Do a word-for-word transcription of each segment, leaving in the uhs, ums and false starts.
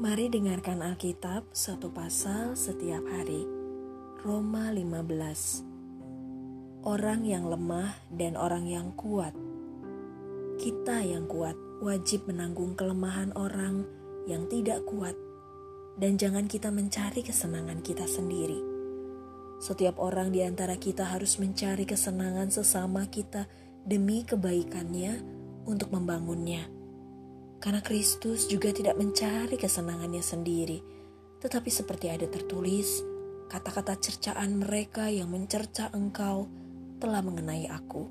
Mari dengarkan Alkitab satu pasal setiap hari. Roma lima belas. Orang yang lemah dan orang yang kuat. Kita yang kuat wajib menanggung kelemahan orang yang tidak kuat. Dan jangan kita mencari kesenangan kita sendiri. Setiap orang di antara kita harus mencari kesenangan sesama kita demi kebaikannya untuk membangunnya. Karena Kristus juga tidak mencari kesenangannya sendiri, tetapi seperti ada tertulis, kata-kata cercaan mereka yang mencerca engkau telah mengenai aku.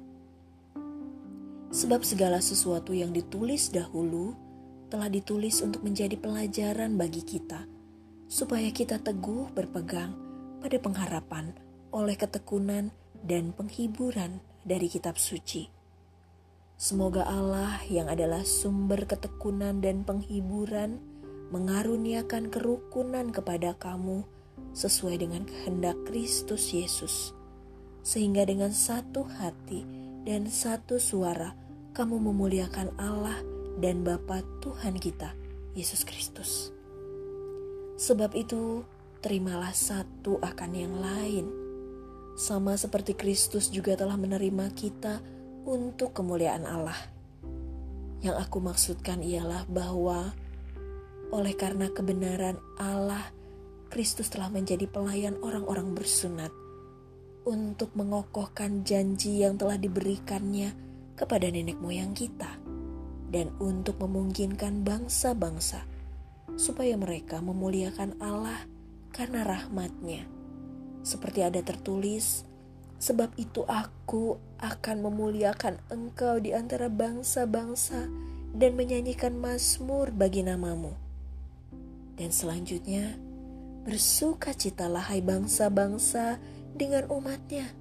Sebab segala sesuatu yang ditulis dahulu telah ditulis untuk menjadi pelajaran bagi kita, supaya kita teguh berpegang pada pengharapan oleh ketekunan dan penghiburan dari kitab suci. Semoga Allah yang adalah sumber ketekunan dan penghiburan mengaruniakan kerukunan kepada kamu sesuai dengan kehendak Kristus Yesus. Sehingga dengan satu hati dan satu suara kamu memuliakan Allah dan Bapa Tuhan kita, Yesus Kristus. Sebab itu, terimalah satu akan yang lain. Sama seperti Kristus juga telah menerima kita untuk kemuliaan Allah. Yang aku maksudkan ialah bahwa oleh karena kebenaran Allah, Kristus telah menjadi pelayan orang-orang bersunat untuk mengokohkan janji yang telah diberikannya kepada nenek moyang kita dan untuk memungkinkan bangsa-bangsa supaya mereka memuliakan Allah karena rahmat-Nya. Seperti ada tertulis, sebab itu aku akan memuliakan engkau di antara bangsa-bangsa dan menyanyikan mazmur bagi namamu. Dan selanjutnya, bersukacitalah hai bangsa-bangsa dengan umat-Nya.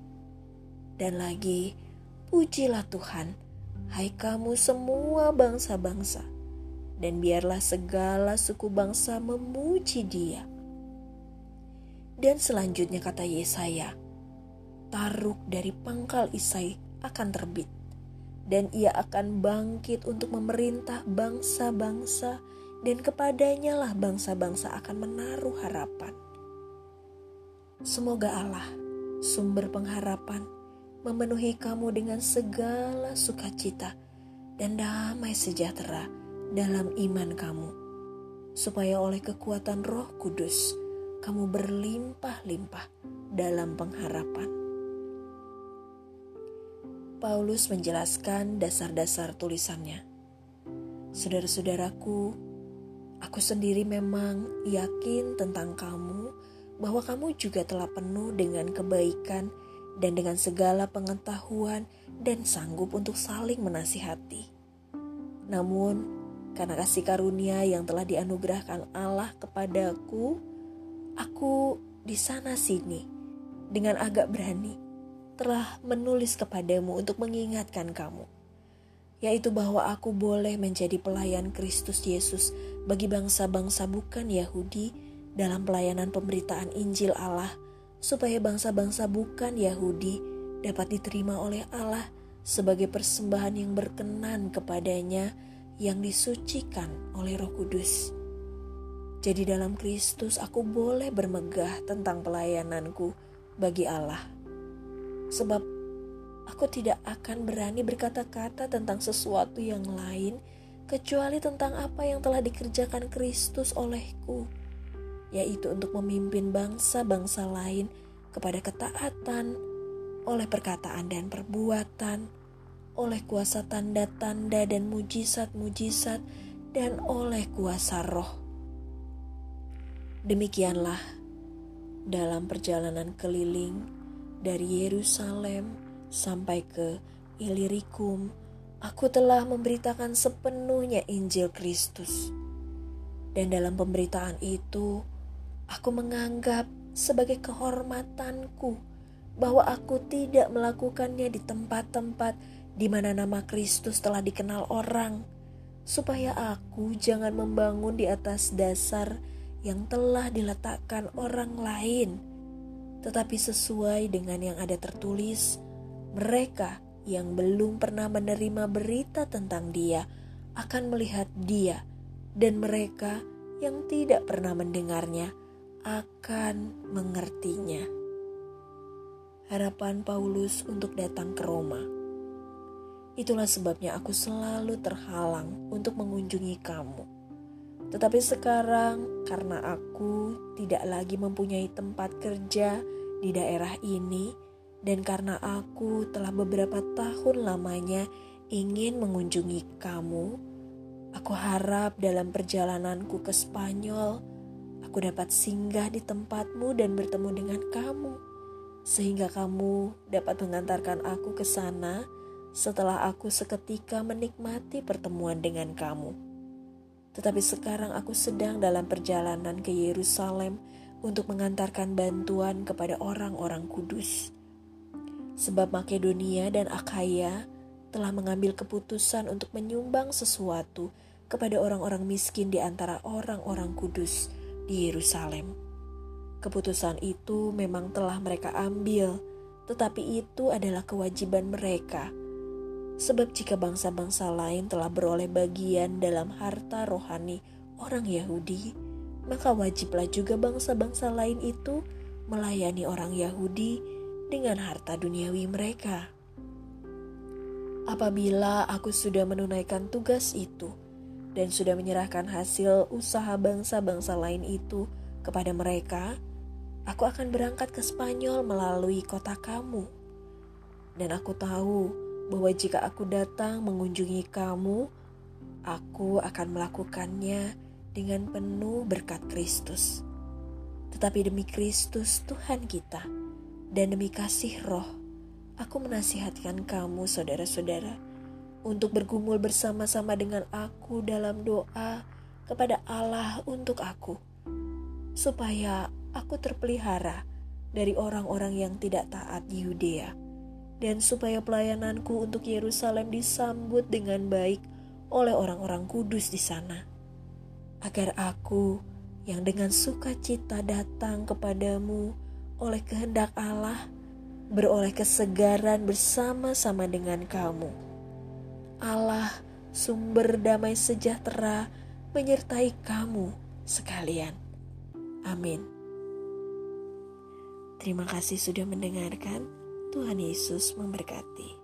Dan lagi, pujilah Tuhan, hai kamu semua bangsa-bangsa, dan biarlah segala suku bangsa memuji Dia. Dan selanjutnya kata Yesaya, Taruk dari pangkal Isai akan terbit, dan ia akan bangkit untuk memerintah bangsa-bangsa, dan kepadanya lah bangsa-bangsa akan menaruh harapan. Semoga Allah, sumber pengharapan, memenuhi kamu dengan segala sukacita dan damai sejahtera dalam iman kamu, supaya oleh kekuatan Roh Kudus kamu berlimpah-limpah dalam pengharapan. Paulus menjelaskan dasar-dasar tulisannya. Saudara-saudaraku, aku sendiri memang yakin tentang kamu bahwa kamu juga telah penuh dengan kebaikan dan dengan segala pengetahuan dan sanggup untuk saling menasihati. Namun, karena kasih karunia yang telah dianugerahkan Allah kepadaku, aku di sana sini dengan agak berani telah menulis kepadamu untuk mengingatkan kamu, yaitu bahwa aku boleh menjadi pelayan Kristus Yesus bagi bangsa-bangsa bukan Yahudi dalam pelayanan pemberitaan Injil Allah, supaya bangsa-bangsa bukan Yahudi dapat diterima oleh Allah sebagai persembahan yang berkenan kepadanya yang disucikan oleh Roh Kudus. Jadi dalam Kristus aku boleh bermegah tentang pelayananku bagi Allah. Sebab aku tidak akan berani berkata-kata tentang sesuatu yang lain kecuali tentang apa yang telah dikerjakan Kristus olehku, yaitu untuk memimpin bangsa-bangsa lain kepada ketaatan oleh perkataan dan perbuatan, oleh kuasa tanda-tanda dan mujizat-mujizat, dan oleh kuasa Roh. Demikianlah dalam perjalanan keliling dari Yerusalem sampai ke Ilirikum, aku telah memberitakan sepenuhnya Injil Kristus. Dan dalam pemberitaan itu, aku menganggap sebagai kehormatanku bahwa aku tidak melakukannya di tempat-tempat di mana nama Kristus telah dikenal orang, supaya aku jangan membangun di atas dasar yang telah diletakkan orang lain, tetapi sesuai dengan yang ada tertulis, mereka yang belum pernah menerima berita tentang Dia akan melihat Dia, dan mereka yang tidak pernah mendengarnya akan mengertinya. Harapan Paulus untuk datang ke Roma. Itulah sebabnya aku selalu terhalang untuk mengunjungi kamu. Tetapi sekarang karena aku tidak lagi mempunyai tempat kerja di daerah ini, dan karena aku telah beberapa tahun lamanya ingin mengunjungi kamu, aku harap dalam perjalananku ke Spanyol, aku dapat singgah di tempatmu dan bertemu dengan kamu, sehingga kamu dapat mengantarkan aku ke sana setelah aku seketika menikmati pertemuan dengan kamu. Tetapi sekarang aku sedang dalam perjalanan ke Yerusalem untuk mengantarkan bantuan kepada orang-orang kudus. Sebab Makedonia dan Akhaya telah mengambil keputusan untuk menyumbang sesuatu kepada orang-orang miskin di antara orang-orang kudus di Yerusalem. Keputusan itu memang telah mereka ambil, tetapi itu adalah kewajiban mereka. Sebab jika bangsa-bangsa lain telah beroleh bagian dalam harta rohani orang Yahudi, maka wajiblah juga bangsa-bangsa lain itu melayani orang Yahudi dengan harta duniawi mereka. Apabila aku sudah menunaikan tugas itu dan sudah menyerahkan hasil usaha bangsa-bangsa lain itu kepada mereka, aku akan berangkat ke Spanyol melalui kota kamu. Dan aku tahu bahwa jika aku datang mengunjungi kamu, aku akan melakukannya dengan penuh berkat Kristus. Tetapi demi Kristus Tuhan kita dan demi kasih Roh, aku menasihatkan kamu saudara-saudara untuk bergumul bersama-sama dengan aku dalam doa kepada Allah untuk aku, supaya aku terpelihara dari orang-orang yang tidak taat di Yudea, dan supaya pelayananku untuk Yerusalem disambut dengan baik oleh orang-orang kudus di sana, agar aku yang dengan sukacita datang kepadamu oleh kehendak Allah, beroleh kesegaran bersama-sama dengan kamu. Allah, sumber damai sejahtera, menyertai kamu sekalian. Amin. Terima kasih sudah mendengarkan. Tuhan Yesus memberkati.